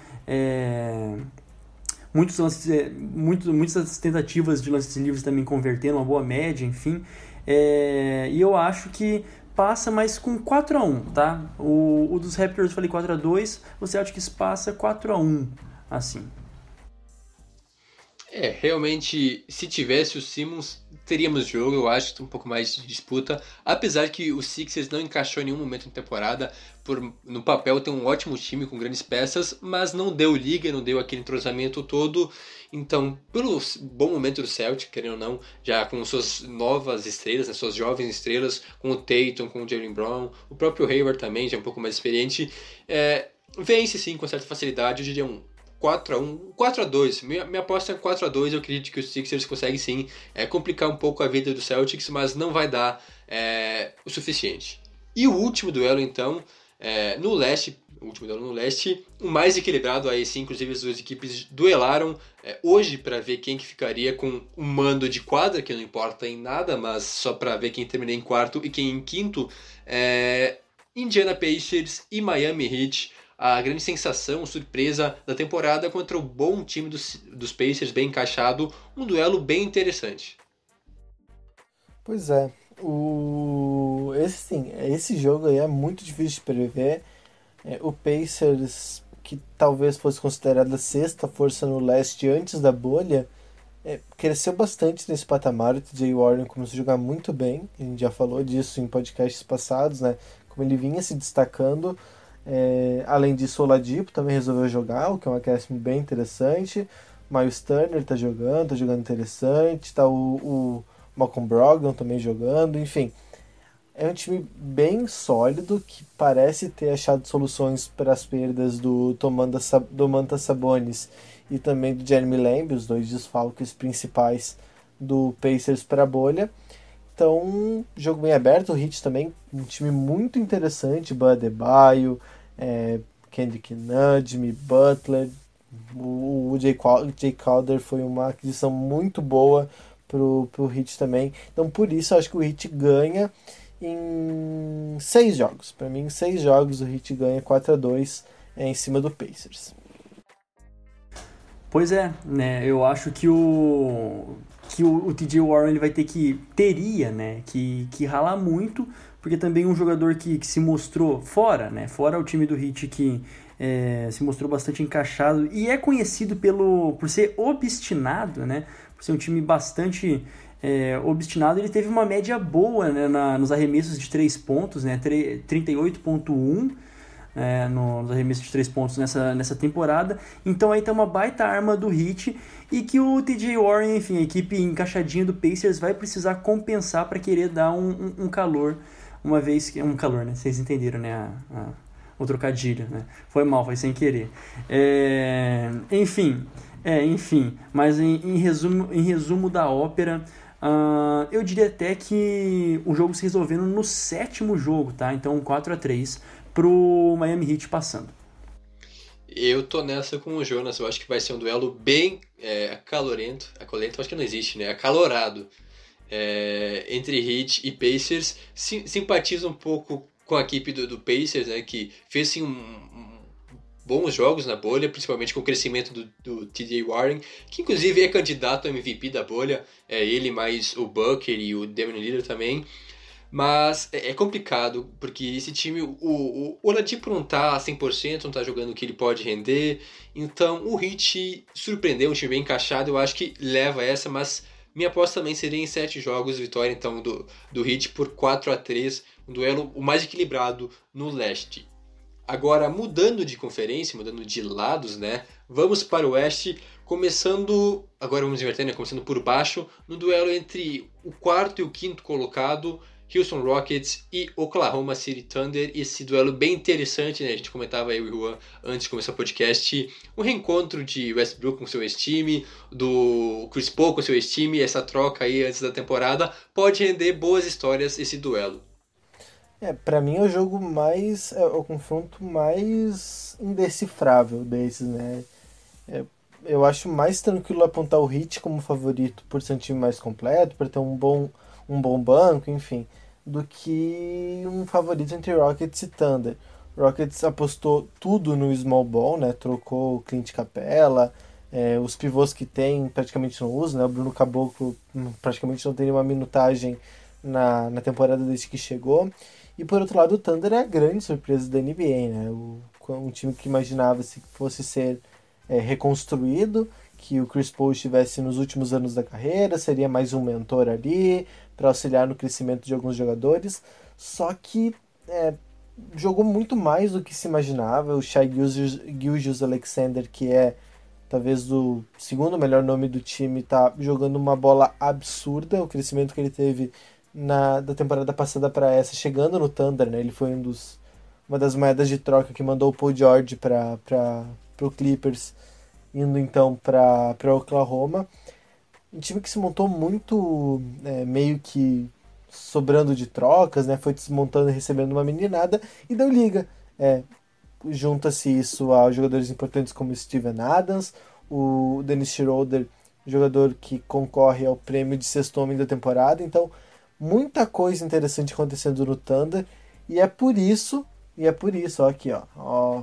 Muitas tentativas de lances livres também converteram, uma boa média, enfim. E eu acho que passa, mas com 4-1, tá? O dos Raptors eu falei 4-2, o Celtics passa 4-1, assim. Realmente, se tivesse o Simmons, teríamos jogo, eu acho, um pouco mais de disputa. Apesar que o Sixers não encaixou em nenhum momento na temporada, no papel tem um ótimo time com grandes peças, mas não deu liga, não deu aquele entrosamento todo. Então, pelo bom momento do Celtic, querendo ou não, já com suas novas estrelas, né, suas jovens estrelas, com o Tatum, com o Jaylen Brown, o próprio Hayward também, já um pouco mais experiente, vence sim com certa facilidade, eu diria 4-1, 4-2. Minha aposta é 4-2. Eu acredito que os Sixers conseguem sim complicar um pouco a vida do Celtics, mas não vai dar o suficiente. E o último duelo, então, no leste, o mais equilibrado, aí sim, inclusive as duas equipes duelaram hoje para ver quem que ficaria com o mando de quadra, que não importa em nada, mas só para ver quem termina em quarto e quem em quinto. Indiana Pacers e Miami Heat. A grande sensação, surpresa da temporada contra o bom time dos Pacers, bem encaixado. Um duelo bem interessante. Pois é. Esse jogo aí é muito difícil de prever. O Pacers, que talvez fosse considerada a sexta força no leste antes da bolha, cresceu bastante nesse patamar. O TJ Warren começou a jogar muito bem. A gente já falou disso em podcasts passados, né? Como ele vinha se destacando. Além disso, o Oladipo também resolveu jogar, o que é um acréscimo bem interessante. Miles Turner tá jogando interessante. Tá o Malcolm Brogdon também jogando. Enfim, é um time bem sólido que parece ter achado soluções para as perdas do Domantas Sabonis e também do Jeremy Lamb, os dois desfalques principais do Pacers para a bolha. Então, jogo bem aberto. O Heat também, um time muito interessante. Bam Adebayo, Kendrick Nunn, Jimmy Butler. O Jay Crowder foi uma aquisição muito boa pro Heat também. Então, por isso, eu acho que o Heat ganha em 6 jogos. Para mim, em 6 jogos, o Heat ganha 4-2 em cima do Pacers. Pois é, né? Eu acho que o TJ Warren ele vai teria, né, que ralar muito, porque também um jogador que se mostrou fora o time do Heat, que se mostrou bastante encaixado e é conhecido por ser obstinado, né, por ser um time bastante obstinado, ele teve uma média boa, né, nos arremessos de 3 pontos, né, 38,1 nos arremessos de 3 pontos nessa temporada. Então aí tá uma baita arma do Heat e que o TJ Warren, enfim, a equipe encaixadinha do Pacers vai precisar compensar para querer dar um calor, uma vez que... Um calor, né? Vocês entenderam, né? O trocadilho, né? Foi sem querer. Enfim, mas em resumo da ópera, eu diria até que o jogo se resolvendo no 7º jogo, tá? Então 4-3 pro Miami Heat passando. Eu tô nessa com o Jonas, eu acho que vai ser um duelo bem acalorento. Acolento acho que não existe, né? Acalorado. Entre Heat e Pacers. Simpatizo um pouco com a equipe do Pacers, né? Que fez sim bons jogos na bolha, principalmente com o crescimento do TJ Warren, que inclusive é candidato a MVP da bolha. Ele mais o Booker e o Damian Lillard também. Mas é complicado, porque esse time, o Oladipo não tá 100%, não tá jogando o que ele pode render. Então o Heat surpreendeu, um time bem encaixado, eu acho que leva essa, mas minha aposta também seria em 7 jogos, vitória então do Heat por 4-3, um duelo o mais equilibrado no leste. Agora, mudando de conferência, mudando de lados, né? Vamos para o oeste, agora vamos inverter, né? Começando por baixo, no duelo entre o 4º e o 5º colocado, Houston Rockets e Oklahoma City Thunder. Esse duelo bem interessante, né? A gente comentava aí, o Juan, antes de começar o podcast, o reencontro de Westbrook com seu ex-time, do Chris Paul com seu ex-time, essa troca aí antes da temporada, pode render boas histórias esse duelo. Pra mim é o jogo mais... é o confronto mais indecifrável desses, né? Eu acho mais tranquilo apontar o Heat como favorito por ser um time mais completo, por ter um bom banco, enfim, do que um favorito entre Rockets e Thunder. Rockets apostou tudo no small ball, né? Trocou o Clint Capela, os pivôs que tem praticamente não usa, né? O Bruno Caboclo praticamente não tem nenhuma minutagem na temporada desde que chegou. E por outro lado, o Thunder é a grande surpresa da NBA, né? Um time que imaginava-se que fosse ser reconstruído, que o Chris Paul estivesse nos últimos anos da carreira, seria mais um mentor ali, para auxiliar no crescimento de alguns jogadores, só que jogou muito mais do que se imaginava. O Shai Gilgeous-Alexander, que é talvez o segundo melhor nome do time, tá jogando uma bola absurda. O crescimento que ele teve da temporada passada para essa, chegando no Thunder, né? Ele foi uma das moedas de troca que mandou o Paul George para o Clippers, indo então para Oklahoma. Um time que se montou muito meio que sobrando de trocas, né? Foi desmontando e recebendo uma meninada e deu liga. Junta-se isso a jogadores importantes como Steven Adams, o Dennis Schroeder, jogador que concorre ao prêmio de sexto homem da temporada. Então, muita coisa interessante acontecendo no Thunder, e é por isso, ó, aqui, ó,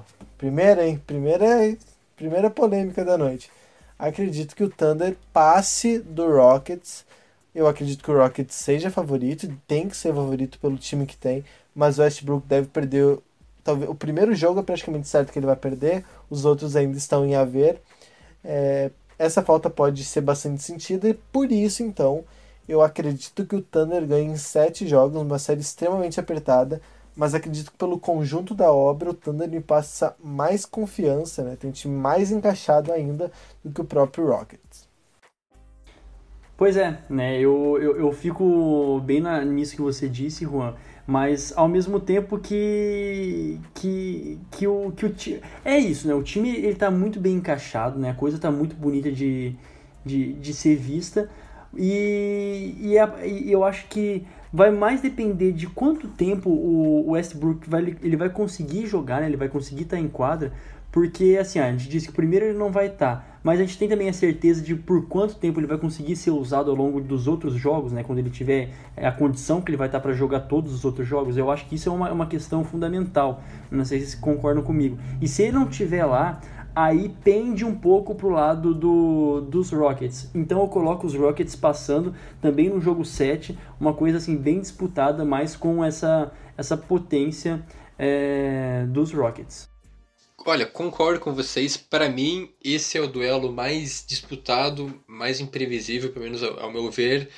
primeira polêmica da noite. Acredito que o Thunder passe do Rockets. Eu acredito que o Rockets seja favorito, tem que ser favorito pelo time que tem, mas o Westbrook deve perder. Talvez o primeiro jogo é praticamente certo que ele vai perder, os outros ainda estão em haver. Essa falta pode ser bastante sentida, e por isso, então, eu acredito que o Thunder ganhe em 7 jogos, uma série extremamente apertada, mas acredito que pelo conjunto da obra o Thunder me passa mais confiança, né? Tem um time mais encaixado ainda do que o próprio Rockets. Pois é, né? Eu fico bem nisso que você disse, Juan, mas ao mesmo tempo que o time... É isso, né? O time ele tá muito bem encaixado, né? A coisa tá muito bonita de ser vista, e eu acho que vai mais depender de quanto tempo o Westbrook ele vai conseguir jogar, né? Ele vai conseguir estar em quadra, porque assim, a gente disse que primeiro ele não vai estar, mas a gente tem também a certeza de por quanto tempo ele vai conseguir ser usado ao longo dos outros jogos, né? Quando ele tiver a condição que ele vai estar para jogar todos os outros jogos. Eu acho que isso é uma questão fundamental, não sei se vocês concordam comigo. E se ele não estiver lá, aí pende um pouco pro lado dos Rockets. Então eu coloco os Rockets passando também no jogo 7, uma coisa assim bem disputada, mas com essa potência dos Rockets. Olha, concordo com vocês. Para mim, esse é o duelo mais disputado, mais imprevisível, pelo menos ao meu ver.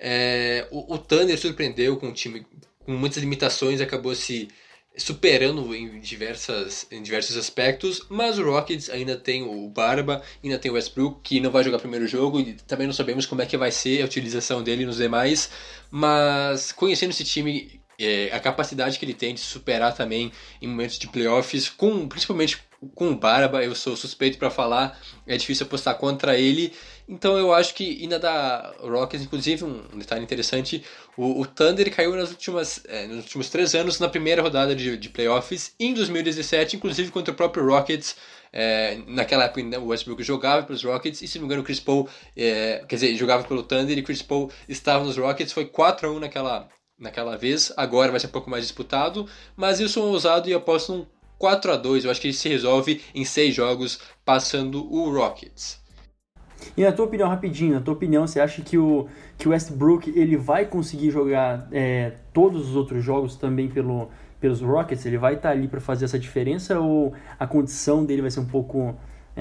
O Thunder surpreendeu com um time com muitas limitações, acabou se superando em diversos aspectos, mas o Rockets ainda tem o Barba, ainda tem o Westbrook, que não vai jogar o primeiro jogo, e também não sabemos como é que vai ser a utilização dele nos demais, mas conhecendo esse time, a capacidade que ele tem de superar também em momentos de playoffs, principalmente com o Barba, eu sou suspeito para falar, é difícil apostar contra ele, então eu acho que ainda dá Rockets. Inclusive um detalhe interessante, o Thunder caiu nos últimos 3 anos na primeira rodada de playoffs, em 2017, inclusive contra o próprio Rockets. Naquela época o Westbrook jogava pelos Rockets e, se não me engano, o Chris Paul, jogava pelo Thunder, e Chris Paul estava nos Rockets. Foi 4-1 naquela vez. Agora vai ser um pouco mais disputado, mas eu sou ousado e aposto num 4-2. Eu acho que ele se resolve em 6 jogos, passando o Rockets. E na tua opinião, rapidinho, você acha que o Westbrook ele vai conseguir jogar todos os outros jogos também pelos Rockets? Ele vai estar ali para fazer essa diferença, ou a condição dele vai ser um pouco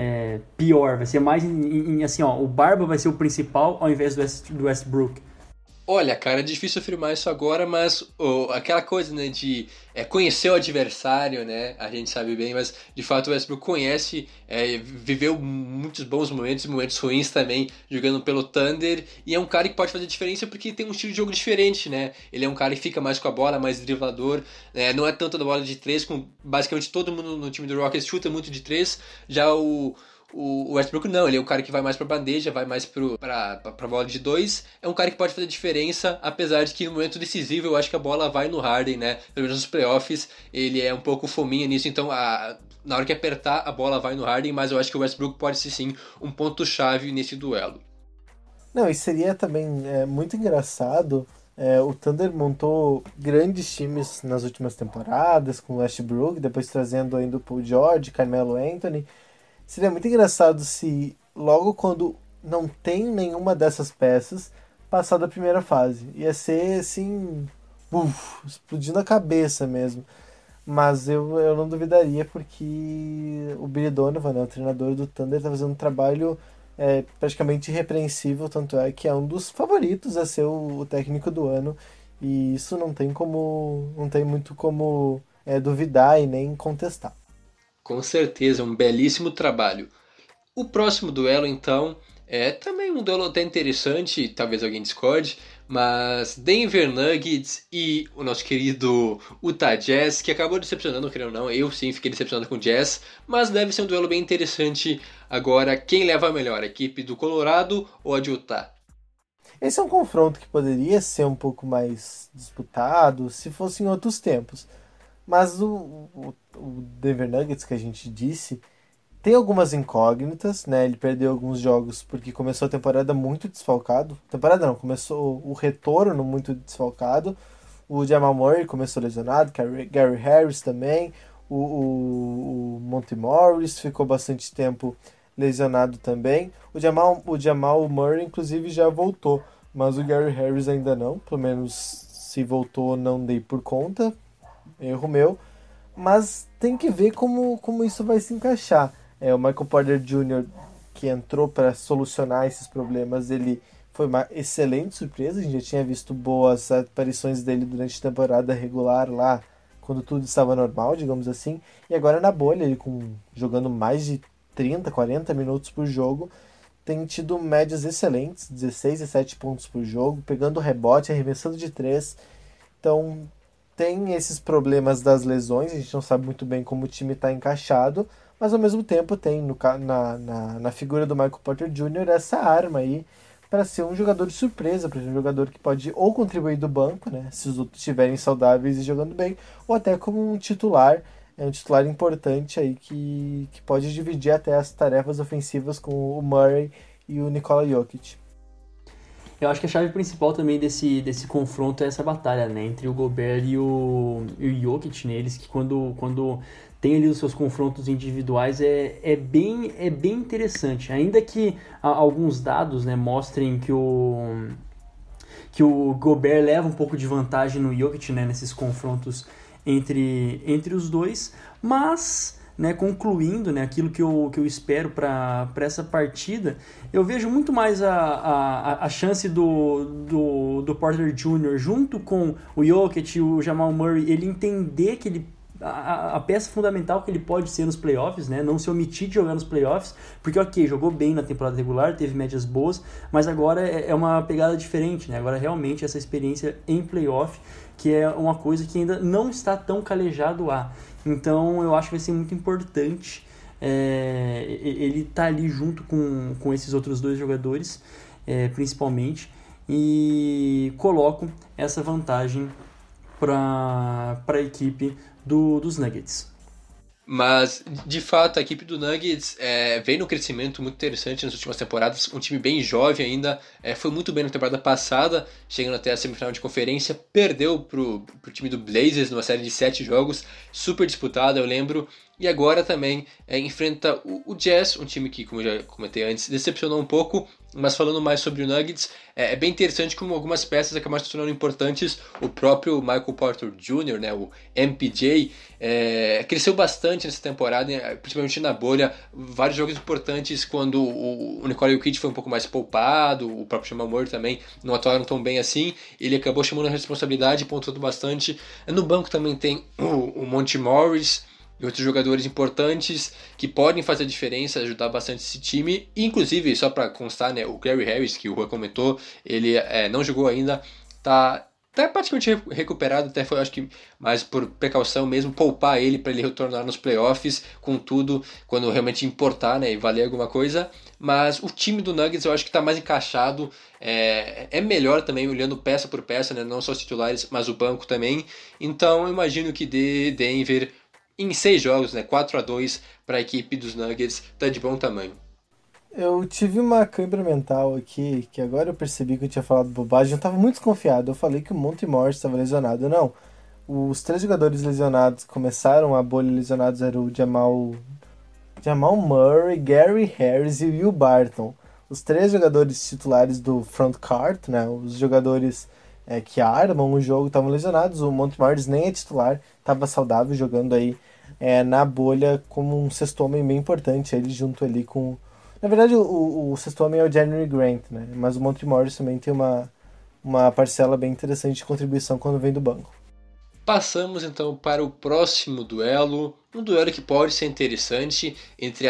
pior? Vai ser mais assim, o Barba vai ser o principal ao invés do Westbrook? Olha, cara, é difícil afirmar isso agora, mas aquela coisa, né, de conhecer o adversário, né, a gente sabe bem, mas de fato o Westbrook conhece, viveu muitos bons momentos e momentos ruins também jogando pelo Thunder, e é um cara que pode fazer diferença porque tem um estilo de jogo diferente, né, ele é um cara que fica mais com a bola, mais driblador, não é tanto da bola de 3, como basicamente todo mundo no time do Rockets chuta muito de 3, já o Westbrook não, ele é o cara que vai mais pra bandeja, vai mais pra bola de 2. É um cara que pode fazer diferença, apesar de que no momento decisivo eu acho que a bola vai no Harden, né? Pelo menos nos playoffs ele é um pouco fominha nisso, então na hora que apertar a bola vai no Harden, mas eu acho que o Westbrook pode ser sim um ponto-chave nesse duelo. Não, e seria também muito engraçado. O Thunder montou grandes times nas últimas temporadas, com o Westbrook, depois trazendo ainda o Paul George, Carmelo Anthony. Seria muito engraçado se logo quando não tem nenhuma dessas peças passar da primeira fase. Ia ser assim, explodindo a cabeça mesmo. Mas eu não duvidaria, porque o Billy Donovan, né, o treinador do Thunder, está fazendo um trabalho praticamente irrepreensível, tanto é que é um dos favoritos a ser o técnico do ano. E isso não tem muito como duvidar e nem contestar. Com certeza, um belíssimo trabalho. O próximo duelo, então, é também um duelo até interessante, talvez alguém discorde, mas Denver Nuggets e o nosso querido Utah Jazz, que acabou decepcionando, querendo ou não, eu sim fiquei decepcionado com o Jazz, mas deve ser um duelo bem interessante. Agora, quem leva a melhor, a equipe do Colorado ou a de Utah? Esse é um confronto que poderia ser um pouco mais disputado se fosse em outros tempos. Mas o Denver Nuggets, que a gente disse, tem algumas incógnitas, né? Ele perdeu alguns jogos porque começou a temporada muito desfalcado. Começou o retorno muito desfalcado. O Jamal Murray começou lesionado, Gary Harris também. O Monte Morris ficou bastante tempo lesionado também. O Jamal Murray, inclusive, já voltou, mas o Gary Harris ainda não. Pelo menos, se voltou, não dei por conta. Erro meu, mas tem que ver como isso vai se encaixar. O Michael Porter Jr., que entrou para solucionar esses problemas, ele foi uma excelente surpresa. A gente já tinha visto boas aparições dele durante a temporada regular lá, quando tudo estava normal, digamos assim, e agora na bolha, ele jogando mais de 30, 40 minutos por jogo, tem tido médias excelentes, 16 e 7 pontos por jogo, pegando rebote, arremessando de 3, então tem esses problemas das lesões, a gente não sabe muito bem como o time está encaixado, mas ao mesmo tempo tem na figura do Michael Porter Jr. essa arma aí para ser um jogador de surpresa, para ser um jogador que pode ou contribuir do banco, né, se os outros estiverem saudáveis e jogando bem, ou até como um titular importante aí que pode dividir até as tarefas ofensivas com o Murray e o Nikola Jokic. Eu acho que a chave principal também desse confronto é essa batalha, né, entre o Gobert e o Jokic, né, eles que quando tem ali os seus confrontos individuais é bem interessante, ainda que alguns dados, né, mostrem que o Gobert leva um pouco de vantagem no Jokic, né, nesses confrontos entre os dois, mas né, concluindo, né, aquilo que eu espero para essa partida, eu vejo muito mais a chance do Porter Jr. junto com o Jokic e o Jamal Murray, ele entender que ele a peça fundamental que ele pode ser nos playoffs, né? Não se omitir de jogar nos playoffs, porque ok, jogou bem na temporada regular, teve médias boas, mas agora é uma pegada diferente, né? Agora realmente essa experiência em playoff, que é uma coisa que ainda não está tão calejado a. Então eu acho que vai ser muito importante ele tá ali junto com esses outros dois jogadores, principalmente, e coloco essa vantagem para a equipe dos Nuggets. Mas, de fato, a equipe do Nuggets vem num crescimento muito interessante nas últimas temporadas. Um time bem jovem ainda. Foi muito bem na temporada passada, chegando até a semifinal de conferência. Perdeu pro time do Blazers numa série de 7 jogos, super disputada, eu lembro. E agora também enfrenta o Jazz, um time que, como eu já comentei antes, decepcionou um pouco. Mas falando mais sobre o Nuggets, é bem interessante como algumas peças acabaram se tornando importantes. O próprio Michael Porter Jr., né, o MPJ, cresceu bastante nessa temporada, principalmente na bolha. Vários jogos importantes quando o Nikola Jokic foi um pouco mais poupado, o próprio Jamal Murray também não atuaram tão bem assim. Ele acabou chamando a responsabilidade, pontuando bastante. No banco também tem o Monte Morris e outros jogadores importantes que podem fazer a diferença, ajudar bastante esse time. Inclusive, só para constar, né, o Gary Harris, que o Juan comentou, ele não jogou ainda, tá praticamente recuperado, até foi, acho que mais por precaução mesmo, poupar ele para ele retornar nos playoffs com tudo, quando realmente importar, né, e valer alguma coisa. Mas o time do Nuggets eu acho que está mais encaixado, é melhor também, olhando peça por peça, né, não só os titulares, mas o banco também. Então eu imagino que dê Denver em 6 jogos, né, 4-2 para a equipe dos Nuggets, tá de bom tamanho. Eu tive uma câimbra mental aqui, que agora eu percebi que eu tinha falado bobagem, eu estava muito desconfiado, eu falei que o Monte Morris estava lesionado. Não, os 3 jogadores lesionados que começaram a bolha lesionados eram o Jamal Murray, Gary Harris e o Will Barton. Os 3 jogadores titulares do frontcourt, né, os jogadores que armam o jogo, estavam lesionados. O Monte Morris nem é titular, estava saudável, jogando aí na bolha como um sexto homem bem importante, ele junto ali com... Na verdade, o sexto homem é o Jeremy Grant, né? Mas o Monte Morris também tem uma parcela bem interessante de contribuição quando vem do banco. Passamos então para o próximo duelo, um duelo que pode ser interessante entre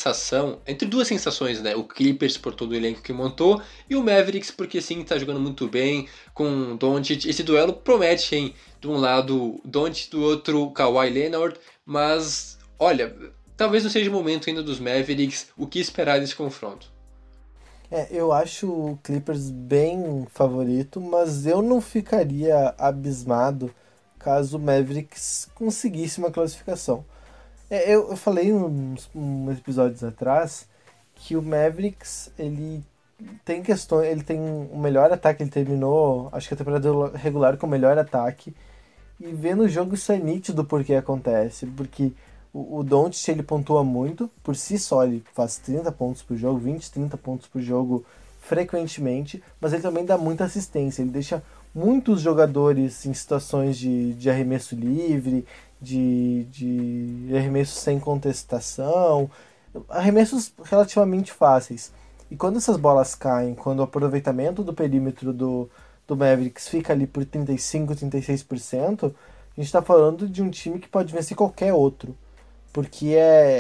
duas sensações, né? O Clippers por todo o elenco que montou e o Mavericks porque sim, está jogando muito bem com o Doncic. Esse duelo promete, hein? De um lado Doncic, do outro Kawhi Leonard, mas olha, talvez não seja o momento ainda dos Mavericks. O que esperar desse confronto? Eu acho o Clippers bem favorito, mas eu não ficaria abismado caso o Mavericks conseguisse uma classificação. Eu falei uns episódios atrás que o Mavericks ele tem o melhor ataque, ele terminou, acho que a temporada regular com o melhor ataque, e vendo o jogo isso é nítido porque acontece, porque o Doncic ele pontua muito, por si só ele faz 30 pontos por jogo, 20, 30 pontos por jogo frequentemente, mas ele também dá muita assistência, ele deixa muitos jogadores em situações de arremesso livre, de arremesso sem contestação, arremessos relativamente fáceis. E quando essas bolas caem, quando o aproveitamento do perímetro do Mavericks fica ali por 35%, 36%, a gente está falando de um time que pode vencer qualquer outro. Porque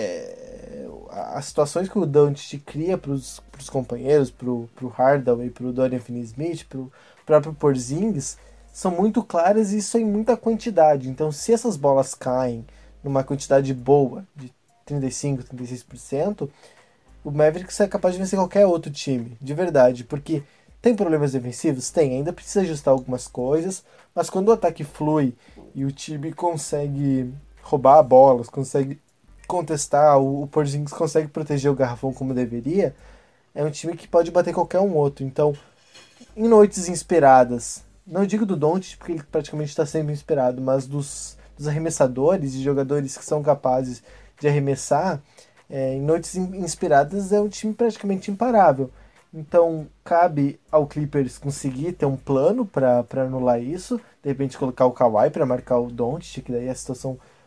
as situações que o Doncic cria para os companheiros, para o Hardaway, para o Dorian Finney-Smith, para o próprio Porzingis, são muito claras e isso em muita quantidade. Então, se essas bolas caem numa quantidade boa, de 35%, 36%, o Mavericks é capaz de vencer qualquer outro time, de verdade. Porque tem problemas defensivos? Tem, ainda precisa ajustar algumas coisas, mas quando o ataque flui e o time consegue roubar a bola, consegue contestar, o Porzingis consegue proteger o garrafão como deveria, é um time que pode bater qualquer um outro. Então, em noites inspiradas, não digo do Doncic porque ele praticamente está sempre inspirado, mas dos arremessadores e jogadores que são capazes de arremessar, em noites inspiradas é um time praticamente imparável. Então cabe ao Clippers conseguir ter um plano para anular isso, de repente colocar o Kawhi para marcar o Doncic, que daí a situação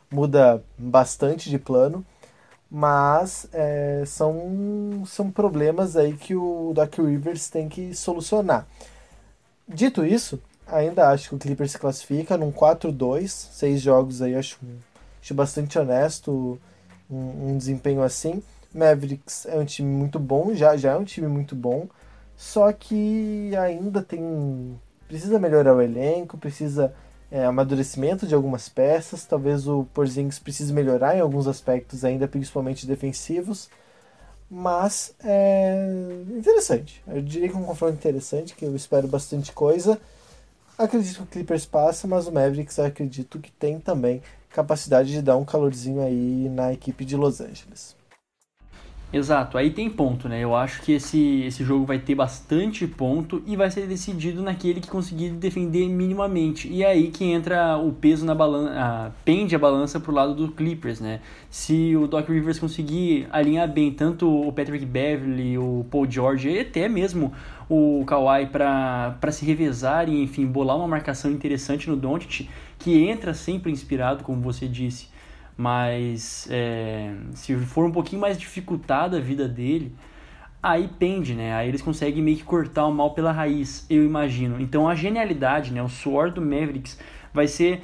muda bastante de plano, mas são problemas aí que o Doc Rivers tem que solucionar. Dito isso, ainda acho que o Clippers se classifica num 4-2, 6 jogos aí, acho bastante honesto um desempenho assim. Mavericks é um time muito bom, já é um time muito bom, só que ainda precisa melhorar o elenco, precisa amadurecimento de algumas peças, talvez o Porzingis precise melhorar em alguns aspectos ainda, principalmente defensivos, mas é interessante. Eu diria que é um confronto interessante, que eu espero bastante coisa. Acredito que o Clippers passa, mas o Mavericks acredito que tem também capacidade de dar um calorzinho aí na equipe de Los Angeles. Exato, aí tem ponto, né? Eu acho que esse jogo vai ter bastante ponto e vai ser decidido naquele que conseguir defender minimamente. E é aí que entra o peso na balança, pende a balança pro lado do Clippers, né? Se o Doc Rivers conseguir alinhar bem tanto o Patrick Beverley, o Paul George e até mesmo o Kawhi para se revezar e, enfim, bolar uma marcação interessante no Doncic, que entra sempre inspirado, como você disse, mas se for um pouquinho mais dificultada a vida dele, aí pende, né? Aí eles conseguem meio que cortar o mal pela raiz, eu imagino. Então a genialidade, né? O suor do Mavericks vai ser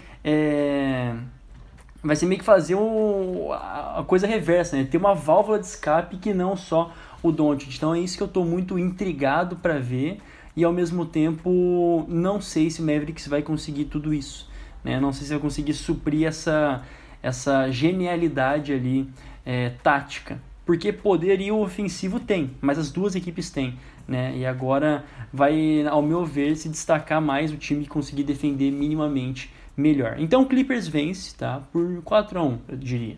meio que fazer a coisa reversa, né? Ter uma válvula de escape que não só o Doncic. Então é isso que eu estou muito intrigado para ver e ao mesmo tempo não sei se o Mavericks vai conseguir tudo isso, né? Não sei se vai conseguir suprir essa genialidade ali tática, porque poderio ofensivo tem, mas as duas equipes têm, né? E agora vai, ao meu ver, se destacar mais o time que conseguir defender minimamente melhor. Então o Clippers vence, tá? Por 4-1, eu diria.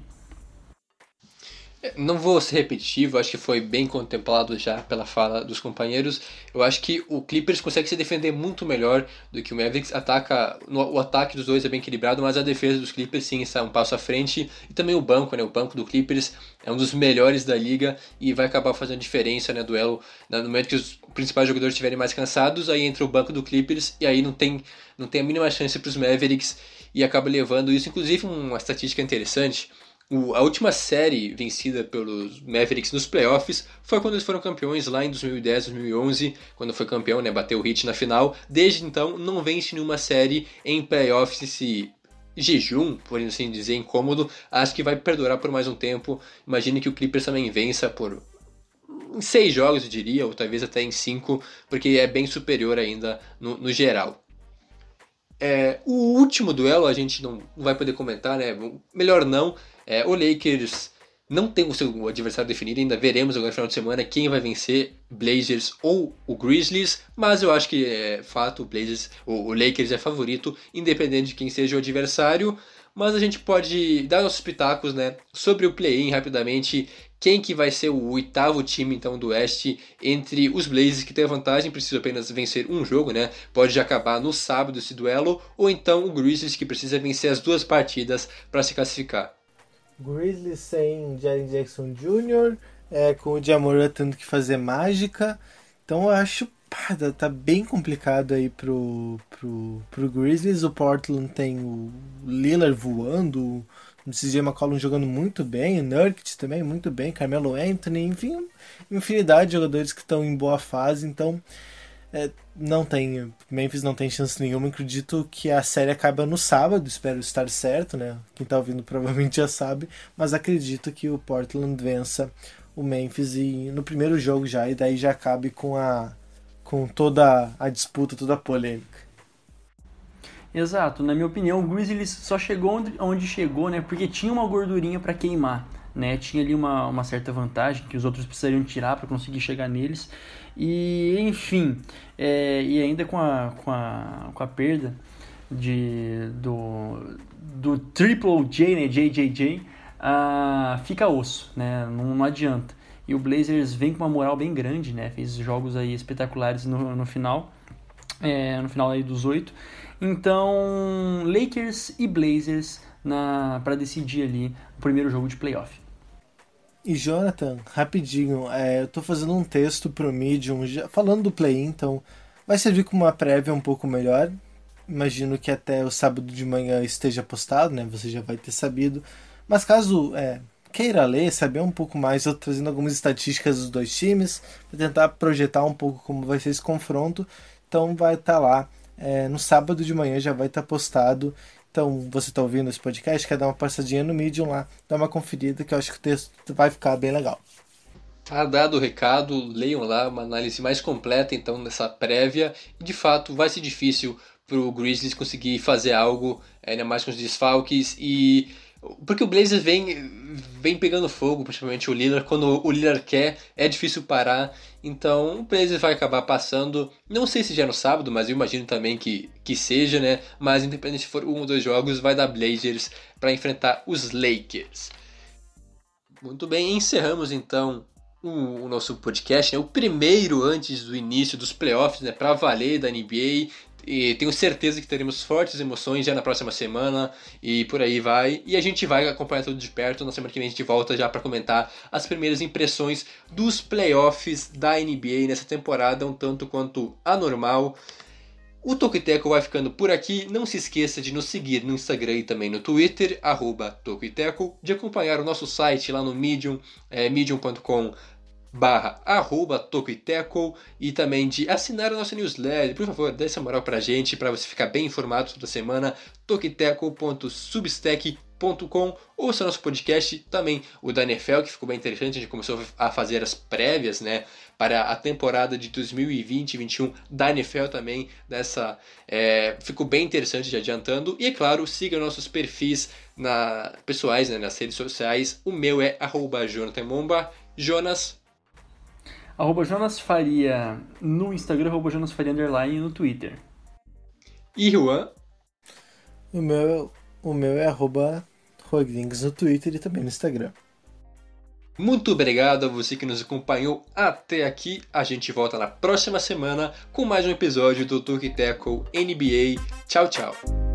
Não vou ser repetitivo, acho que foi bem contemplado já pela fala dos companheiros. Eu acho que o Clippers consegue se defender muito melhor do que o Mavericks. O ataque dos dois é bem equilibrado, mas a defesa dos Clippers sim está um passo à frente. E também o banco, né? O banco do Clippers é um dos melhores da liga e vai acabar fazendo diferença, né? Duelo, no momento que os principais jogadores estiverem mais cansados, aí entra o banco do Clippers e aí não tem a mínima chance para os Mavericks e acaba levando isso. Inclusive, uma estatística interessante. A última série vencida pelos Mavericks nos playoffs foi quando eles foram campeões lá em 2010, 2011, quando foi campeão, né, bateu o Heat na final. Desde então, não vence nenhuma série em playoffs. Esse jejum, por assim dizer, incômodo, acho que vai perdurar por mais um tempo. Imagine que o Clippers também vença por 6 jogos, eu diria, ou talvez até em 5, porque é bem superior ainda no geral. O último duelo a gente não vai poder comentar, né? Melhor não. O Lakers não tem o seu adversário definido, ainda veremos agora no final de semana quem vai vencer, Blazers ou o Grizzlies, mas eu acho que é fato, o Lakers é favorito, independente de quem seja o adversário. Mas a gente pode dar nossos pitacos, né, sobre o play-in rapidamente. Quem que vai ser o 8º time então do Oeste entre os Blazers, que tem a vantagem, precisa apenas vencer um jogo, né? Pode já acabar no sábado esse duelo, ou então o Grizzlies, que precisa vencer as 2 partidas para se classificar. Grizzlies sem Jaren Jackson Jr., com o Ja Morant tendo que fazer mágica, então eu acho tá bem complicado aí pro Grizzlies. O Portland tem o Lillard voando, o CJ McCollum jogando muito bem, o Nurkic também muito bem, Carmelo Anthony, enfim, infinidade de jogadores que estão em boa fase, então Memphis não tem chance nenhuma. Acredito que a série acaba no sábado, espero estar certo, né? Quem tá ouvindo provavelmente já sabe, mas acredito que o Portland vença o Memphis no primeiro jogo já, e daí já acabe com toda a disputa, toda a polêmica. Exato, na minha opinião o Grizzlies só chegou onde chegou, né, porque tinha uma gordurinha para queimar, né, tinha ali uma certa vantagem que os outros precisariam tirar para conseguir chegar neles, e enfim, e ainda com a perda do Triple J, né, JJJ, fica osso, né, não adianta. E o Blazers vem com uma moral bem grande, né, fez jogos aí espetaculares no final, no final aí dos 8. Então, Lakers e Blazers para decidir ali o primeiro jogo de playoff. E Jonathan, rapidinho, eu tô fazendo um texto pro Medium falando do play-in, então vai servir como uma prévia um pouco melhor. imagino que até o sábado de manhã esteja postado, né? Você já vai ter sabido. Mas caso queira ler, saber um pouco mais, eu trazendo algumas estatísticas dos dois times, para tentar projetar um pouco como vai ser esse confronto. Então vai estar lá, no sábado de manhã já vai estar postado. Então você está ouvindo esse podcast, quer dar uma passadinha no Medium lá, dá uma conferida que eu acho que o texto vai ficar bem legal. Tá dado o recado, leiam lá uma análise mais completa então nessa prévia. E de fato vai ser difícil para o Grizzlies conseguir fazer algo, ainda mais com os desfalques, e porque o Blazers vem pegando fogo, principalmente o Lillard. Quando o Lillard quer, é difícil parar. Então o Blazers vai acabar passando. Não sei se já é no sábado, mas eu imagino também que seja, né? Mas independente se for um ou dois jogos, vai dar Blazers para enfrentar os Lakers. Muito bem, encerramos então o nosso podcast, né? O primeiro antes do início dos playoffs, né? Para valer da NBA. E tenho certeza que teremos fortes emoções já na próxima semana e por aí vai. E a gente vai acompanhar tudo de perto. Na semana que vem a gente volta já para comentar as primeiras impressões dos playoffs da NBA nessa temporada, um tanto quanto anormal. O Toco e Teco vai ficando por aqui. Não se esqueça de nos seguir no Instagram e também no Twitter, @Toco e Teco, de acompanhar o nosso site lá no Medium, medium.com/@Tocoiteco, e também de assinar a nossa newsletter. Por favor, dê essa moral pra gente, para você ficar bem informado toda semana. tocoiteco.substack.com. Ouça nosso podcast também, o da NFL, que ficou bem interessante. A gente começou a fazer as prévias, né, para a temporada de 2020-21 da NFL também. Ficou bem interessante, já adiantando. E é claro, siga nossos perfis pessoais, né, nas redes sociais. O meu é @JonathanMomba. Jonas. @Jonas Faria no Instagram, @JonasFaria_ no Twitter. E Juan? O meu é @Rodrigues no Twitter e também no Instagram. Muito obrigado a você que nos acompanhou até aqui. A gente volta na próxima semana com mais um episódio do Toco e Teco NBA. Tchau, tchau.